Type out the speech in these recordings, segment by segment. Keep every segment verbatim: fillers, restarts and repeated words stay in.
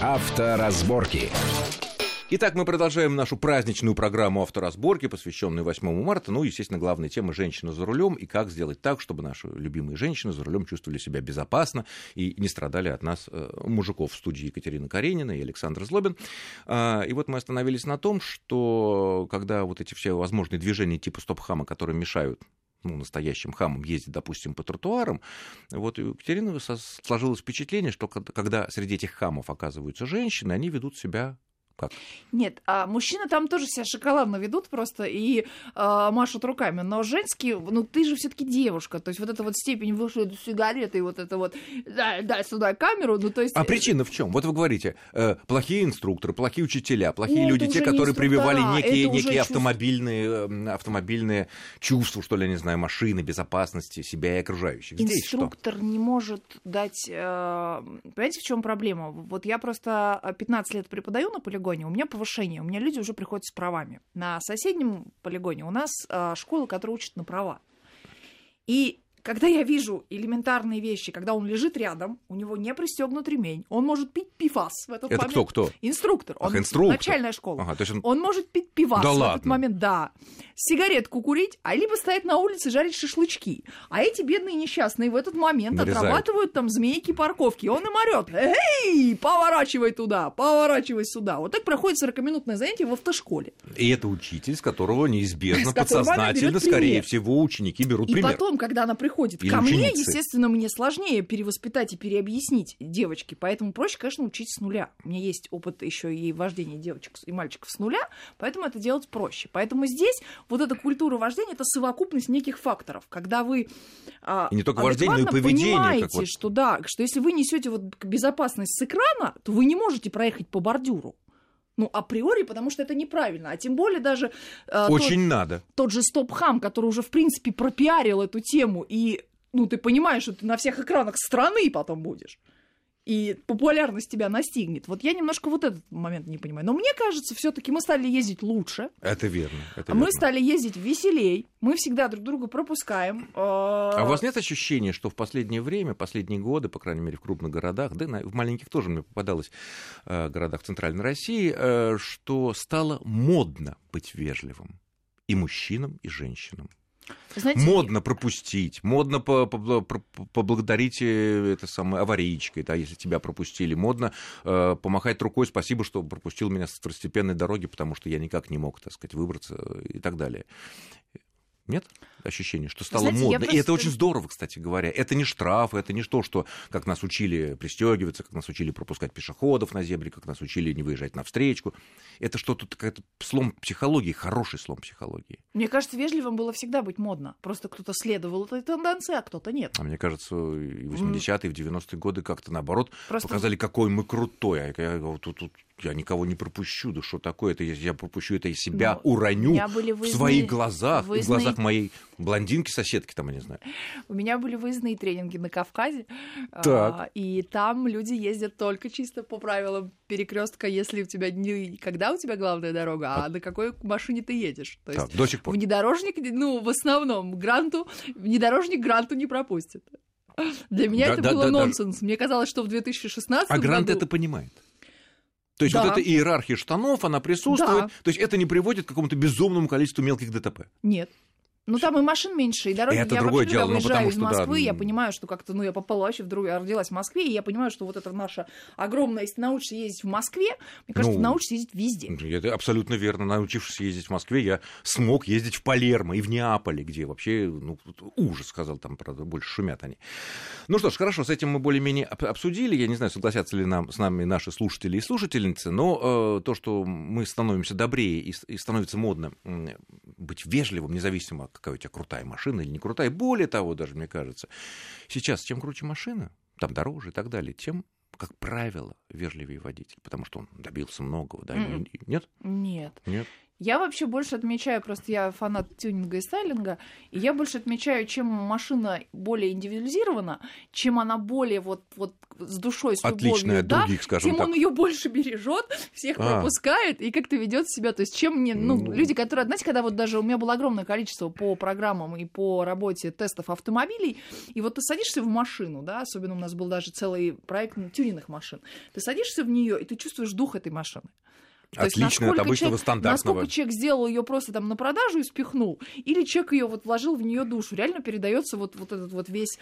Авторазборки. Итак, мы продолжаем нашу праздничную программу «Авторазборки», посвященную восьмому марта. Ну, естественно, главная тема — женщина за рулем, и как сделать так, чтобы наши любимые женщины за рулем чувствовали себя безопасно и не страдали от нас, мужиков. В студии Екатерина Каренина и Александр Злобин. И вот мы остановились на том, что когда вот эти все возможные движения типа стоп-хама, которые мешают ну, настоящим хамам ездить, допустим, по тротуарам, вот у Екатерины сложилось впечатление, что когда среди этих хамов оказываются женщины, они ведут себя как? Нет, а мужчины там тоже себя шоколадно ведут просто и а, машут руками, но женские, ну ты же все-таки девушка, то есть вот эта вот степень выше сигареты и вот это вот дай, дай сюда камеру, ну то есть... А причина в чем? Вот вы говорите, э, плохие инструкторы, плохие учителя, плохие ну, люди, те, которые прививали некие, некие чувств... автомобильные, автомобильные чувства, что ли, я не знаю, машины, безопасности себя и окружающих. Здесь инструктор что? не может дать... Э, понимаете, в чем проблема? Вот я просто пятнадцать лет преподаю на полигоне, у меня повышение, у меня люди уже приходят с правами. На соседнем полигоне у нас а, школа, которая учит на права. И когда я вижу элементарные вещи, когда он лежит рядом, у него не пристегнут ремень, он может пить пивас в этот Это момент. кто, кто? Инструктор. Ах, он, инструктор. Начальная школа. Ага, то есть он... он может пить пивас да в ладно? этот момент, да. Сигаретку курить, а либо стоять на улице жарить шашлычки. А эти бедные несчастные в этот момент Нарезают. Отрабатывают там змейки парковки. Он им орёт: эй, поворачивай туда, поворачивай сюда. Вот так проходит сорокаминутное занятие в автошколе. И это учитель, с которого неизбежно, С которого подсознательно, скорее всего, ученики берут и пример. И потом, когда она приходит Или ко ученицы. мне, естественно, мне сложнее перевоспитать и переобъяснить девочке, поэтому проще, конечно, учить с нуля. У меня есть опыт еще и вождения девочек и мальчиков с нуля, поэтому это делать проще. Поэтому здесь вот эта культура вождения — это совокупность неких факторов, когда вы а, и не только вождение, но и поведение, понимаете, вот... что да, что если вы несете вот безопасность с экрана, то вы не можете проехать по бордюру. Ну, априори, потому что это неправильно. А тем более даже... А, Очень тот, надо. Тот же стоп-хам, который уже, в принципе, пропиарил эту тему, и, ну, ты понимаешь, что ты на всех экранах страны потом будешь. И популярность тебя настигнет. Вот я немножко вот этот момент не понимаю. Но мне кажется, все-таки мы стали ездить лучше. Это верно. Это мы верно. стали ездить веселей. Мы всегда друг друга пропускаем. А у вас нет ощущения, что в последнее время, последние годы, по крайней мере, в крупных городах, да, в маленьких тоже мне попадалось, в городах Центральной России, что стало модно быть вежливым и мужчинам, и женщинам? Знаете, модно пропустить, модно поблагодарить это самое аварийкой, да, если тебя пропустили, модно э, помахать рукой: спасибо, что пропустил меня с второстепенной дороги, потому что я никак не мог, так сказать, выбраться и так далее. Нет ощущения, что стало Знаете, модно? просто... И это очень здорово, кстати говоря. Это не штрафы, это не то, что, как нас учили пристегиваться, как нас учили пропускать пешеходов на зебре, как нас учили не выезжать навстречу. Это что-то, какой-то слом психологии, хороший слом психологии. Мне кажется, вежливым было всегда быть модно. Просто кто-то следовал этой тенденции, а кто-то нет. А мне кажется, и в восьмидесятые, и в девяностые годы как-то наоборот Просто... показали, какой мы крутой. А я, я, тут, тут, я никого не пропущу. Да что такое? Это я пропущу, это я себя Но уроню выездные... в своих глазах, выездные... в глазах моей блондинки-соседки, там, я не знаю. У меня были выездные тренинги на Кавказе, так. и там люди ездят только чисто по правилам перекрестка, если у тебя не когда у тебя главная дорога, а, а на какой машине ты едешь. То так, есть до сих пор. Внедорожник, ну, в основном, гранту, внедорожник гранту не пропустит. Для меня да, это да, было да, нонсенс. Да. Мне казалось, что в две тысячи шестнадцатом А грант году... это понимает. То есть да. вот эта иерархия штанов, она присутствует, да. то есть это не приводит к какому-то безумному количеству мелких ДТП. Нет. Ну, там и машин меньше, и дороги. Это я другое вообще, дело, когда выезжаю потому из что, Москвы, да, я понимаю, что как-то, ну, я попала вообще в другую, я родилась в Москве, и я понимаю, что вот это наша огромная, если ты научишься ездить в Москве, мне кажется, ну, ты научишься ездить везде. Это абсолютно верно. Научившись ездить в Москве, я смог ездить в Палермо и в Неаполе, где вообще, ну, ужас, сказал, там, правда, больше шумят они. Ну что ж, хорошо, с этим мы более-менее обсудили. Я не знаю, согласятся ли нам, с нами наши слушатели и слушательницы, но э, то, что мы становимся добрее и, и становится модно э, быть вежливым, независимо, какая у тебя крутая машина, машина или не крутая. Более того, даже, мне кажется, сейчас чем круче машина, там дороже и так далее, тем, как правило, вежливее водитель, потому что он добился многого. Да? Mm-hmm. Нет? Нет. Нет? Я вообще больше отмечаю, просто я фанат тюнинга и стайлинга, и я больше отмечаю, чем машина более индивидуализирована, чем она более вот, вот с душой, с любовью, отличная от да, других, скажем тем так. он ее больше бережет, всех А. пропускает и как-то ведет себя. То есть чем мне, ну, Ну. люди, которые, знаете, когда вот даже у меня было огромное количество по программам и по работе тестов автомобилей, и вот ты садишься в машину, да, особенно у нас был даже целый проект тюнинных машин, ты садишься в нее и ты чувствуешь дух этой машины. То есть Отличная от насколько обычного человек- стандартного. Насколько человек сделал ее просто там на продажу и спихнул, или человек ее вот вложил в нее душу, реально передается вот, вот этот вот весь,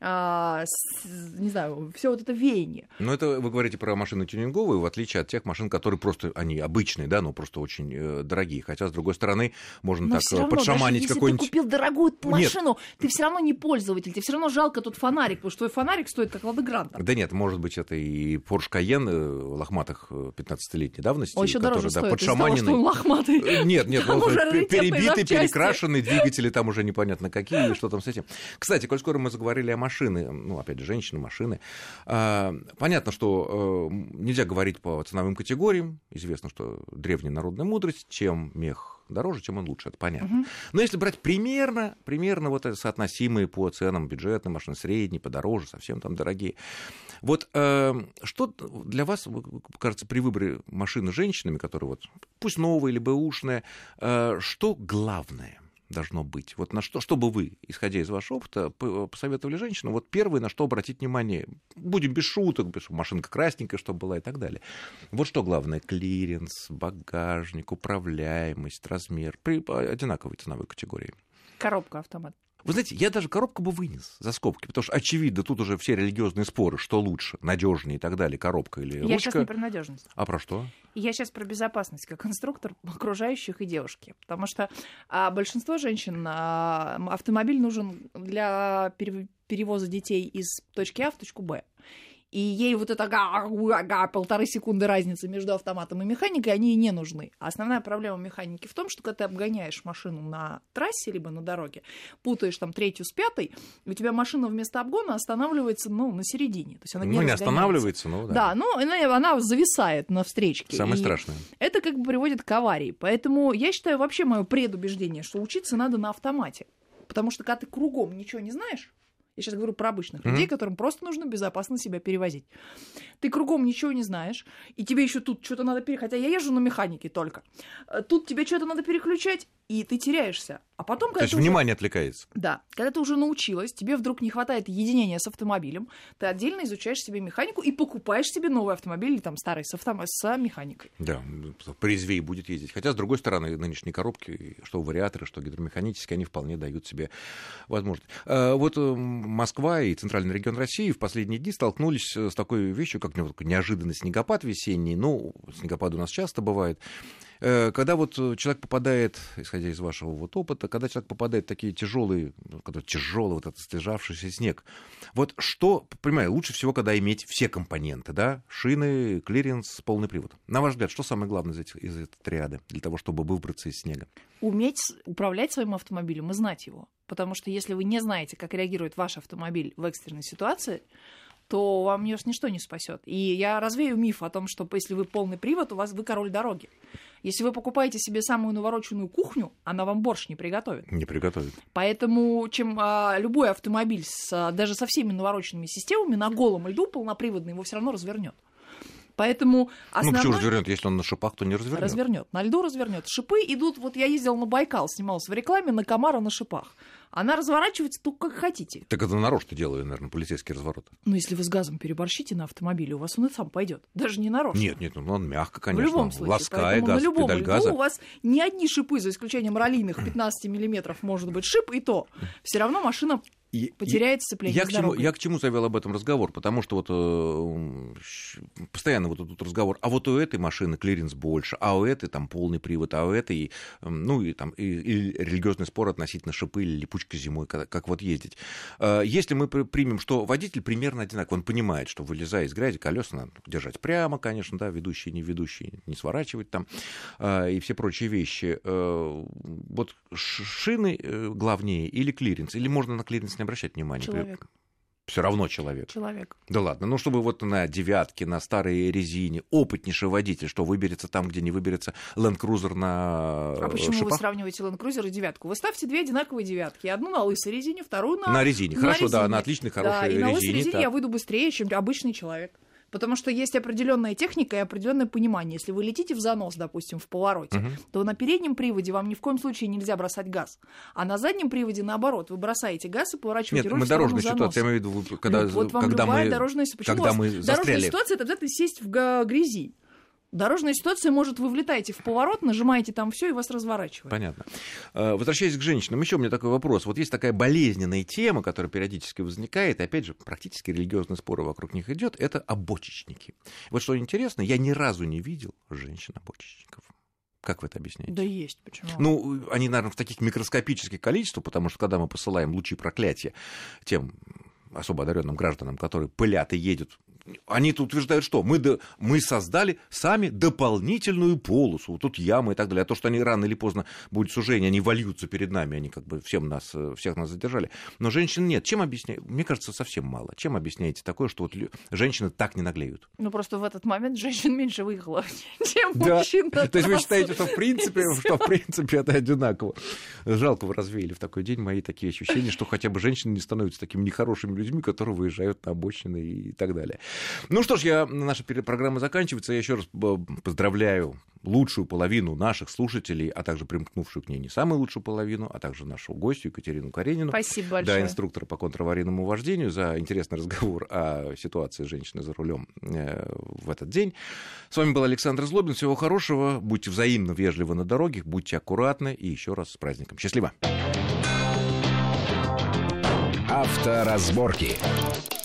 а, с- не знаю, все вот это веяние. Но это вы говорите про машины тюнинговые, в отличие от тех машин, которые просто, они обычные, да, но просто очень э, дорогие. Хотя, с другой стороны, можно Но так все э, равно, подшаманить даже если какой-нибудь... ты купил дорогую Нет. машину, ты все равно не пользователь, тебе все равно жалко тот фонарик, потому что твой фонарик стоит как Лада Гранта. Да нет, может быть, это и Porsche Cayenne э, лохматых э, пятнадцатилетней давности, Он еще дороже который, да, стоит из-за того, что он лохматый. Э, Нет, нет, Там он уже пе- раритетные перебитый, запчасти. перекрашенный, двигатели там уже непонятно какие, что там с этим. Кстати, коль скоро мы заговорили о машине, ну, опять же, женщины, машины, а, понятно, что э, нельзя говорить по ценовым категориям, известно, что древняя народная мудрость, чем мех дороже, тем он лучше, это понятно. Мгм. Но если брать примерно, примерно вот это соотносимые по ценам бюджетные машины, средние, подороже, совсем там дорогие, вот э, что для вас, кажется, при выборе машины женщинами, которые вот, пусть новые или бэушные, э, что главное должно быть? Вот на что, что бы вы, исходя из вашего опыта, п- посоветовали женщинам, вот первое, на что обратить внимание? Будем без шуток, без машинка красненькая, чтобы была и так далее. Вот что главное? Клиренс, багажник, управляемость, размер, при одинаковой ценовой категории. Коробка автомат. Вы знаете, я даже коробку бы вынес за скобки, потому что, очевидно, тут уже все религиозные споры, что лучше, надежнее и так далее, коробка или ручка. Я сейчас не про надежность. А про что? Я сейчас про безопасность как инструктор окружающих и девушки. Потому что а, большинство женщин а, автомобиль нужен для перев- перевоза детей из точки А в точку Б. И ей вот это га- га- полторы секунды разницы между автоматом и механикой, они ей не нужны. А основная проблема механики в том, что когда ты обгоняешь машину на трассе либо на дороге, путаешь там третью с пятой, у тебя машина вместо обгона останавливается, ну, на середине. То есть она не Ну, не разгоняется. останавливается, ну да. Да, ну, она, она зависает на встречке. Самое И страшное. это как бы приводит к аварии. Поэтому я считаю вообще мое предубеждение, что учиться надо на автомате. Потому что когда ты кругом ничего не знаешь, я сейчас говорю про обычных Мгм. людей, которым просто нужно безопасно себя перевозить. Ты кругом ничего не знаешь, и тебе еще тут что-то надо переключать. Хотя я езжу на механике только. Э, Тут тебе что-то надо переключать, и ты теряешься. А потом, То когда есть ты уже- внимание отвлекается. Да, когда ты уже научилась, тебе вдруг не хватает единения с автомобилем, ты отдельно изучаешь себе механику и покупаешь себе новый автомобиль или там старый с, автом... с механикой. Да, порезвее будет ездить. Хотя, с другой стороны, нынешние коробки, что вариаторы, что гидромеханические, они вполне дают себе возможность. А, Вот э, Москва и центральный регион России в последние дни столкнулись с такой вещью, как ну, такой неожиданный снегопад весенний. Ну, снегопад у нас часто бывает. Э, Когда вот человек попадает, исходя из вашего вот опыта, когда человек попадает в такие тяжелые, ну, когда тяжелый вот этот слежавшийся снег, вот что, понимаю, лучше всего, когда иметь все компоненты, да, шины, клиренс, полный привод. На ваш взгляд, что самое главное из, этих, из этой триады для того, чтобы выбраться из снега? Уметь с- управлять своим автомобилем и знать его. Потому что если вы не знаете, как реагирует ваш автомобиль в экстренной ситуации, то вам её ничто не спасет. И я развею миф о том, что если вы полный привод, у вас вы король дороги. Если вы покупаете себе самую навороченную кухню, она вам борщ не приготовит. Не приготовить. Поэтому чем а, любой автомобиль с, а, даже со всеми навороченными системами на голом льду полноприводный его все равно развернет. Поэтому Ну, основной... почему развернет? Если он на шипах, то не развернет. Развернет. На льду развернет. Шипы идут. Вот я ездила на Байкал, снималась в рекламе на Камаро на шипах. Она разворачивается только как хотите. Так это нарочно делаю, наверное, полицейский разворот. Но если вы с газом переборщите на автомобиле, у вас он и сам пойдет. Даже не нарочно. Нет, нет, ну он мягко, В конечно. любом случае. Лаская Поэтому газ, на любом педаль льду газа. у вас ни одни шипы, за исключением раллийных пятнадцати миллиметров, может быть шип, и то. Все равно машина И- потеряет сцепление Я с к, чему, дорогой. я к чему завел об этом разговор? Потому что вот э, щ- постоянно вот этот разговор, а вот у этой машины клиренс больше, а у этой там полный привод, а у этой, э, ну и там и, и религиозный спор относительно шипы или липучка зимой, как, как вот ездить. Э, если мы при- примем, что водитель примерно одинаковый, он понимает, что вылезая из грязи, колеса надо держать прямо, конечно, да, ведущие, не ведущие, не сворачивать там э, и все прочие вещи. Э, вот ш- шины э, главнее или клиренс? Или можно на клиренс не обращать внимания? Человек. Все равно человек. Человек. Да ладно, ну чтобы вот на девятке, на старой резине опытнейший водитель, что выберется там, где не выберется Land Cruiser на А почему шипах? вы сравниваете Land Cruiser и девятку? Вы ставьте две одинаковые девятки. Одну на лысой резине, вторую на... На резине. на Хорошо, резине. да, на отличной, хорошей да, и резине. на лысой резине так. я выйду быстрее, чем обычный человек. Потому что есть определенная техника и определенное понимание. Если вы летите в занос, допустим, в повороте, Мгм. то на переднем приводе вам ни в коем случае нельзя бросать газ. А на заднем приводе, наоборот, вы бросаете газ и поворачиваете Нет, руль мы в сторону дорожную заноса. ситуацию, я имею в виду, вы- когда, Ну, вот вам когда любая мы, дорожная ситуация. когда мы Дорожная застряли. ситуация — это обязательно сесть в га- грязи. Дорожная ситуация может, вы влетаете в поворот, нажимаете там все и вас разворачивает. Понятно. Э, Возвращаясь к женщинам, еще у меня такой вопрос. Вот есть такая болезненная тема, которая периодически возникает, и опять же, практически религиозные споры вокруг них идет, это обочечники. Вот что интересно, я ни разу не видел женщин-обочечников. Как вы это объясняете? Да есть, почему? Ну, они, наверное, в таких микроскопических количествах, потому что когда мы посылаем лучи проклятия тем особо одаренным гражданам, которые пылят и едут, они тут утверждают, что мы, до, мы создали сами дополнительную полосу, вот тут ямы и так далее. А то, что они рано или поздно будет сужение, они вольются перед нами, они как бы всем нас, всех нас задержали. Но женщин нет. Чем объясняете? Мне кажется, совсем мало. Чем объясняете такое, что вот лю- женщины так не наглеют? Ну, просто в этот момент женщин меньше выехало, чем Да. мужчин. на То есть вы трассу. считаете, что в принципе, что в принципе это одинаково. Жалко, вы развеяли в такой день мои такие ощущения, что хотя бы женщины не становятся такими нехорошими людьми, которые выезжают на обочины и так далее. Ну что ж, я, наша пере- программа заканчивается. Я еще раз б- поздравляю лучшую половину наших слушателей, а также примкнувшую к ней не самую лучшую половину, а также нашу гостью Екатерину Каренину. Спасибо Да, большое. инструктора по контраварийному вождению, за интересный разговор о ситуации женщины за рулем э, в этот день. С вами был Александр Злобин. Всего хорошего. Будьте взаимно вежливы на дороге, будьте аккуратны и еще раз с праздником. Счастливо. Авторазборки.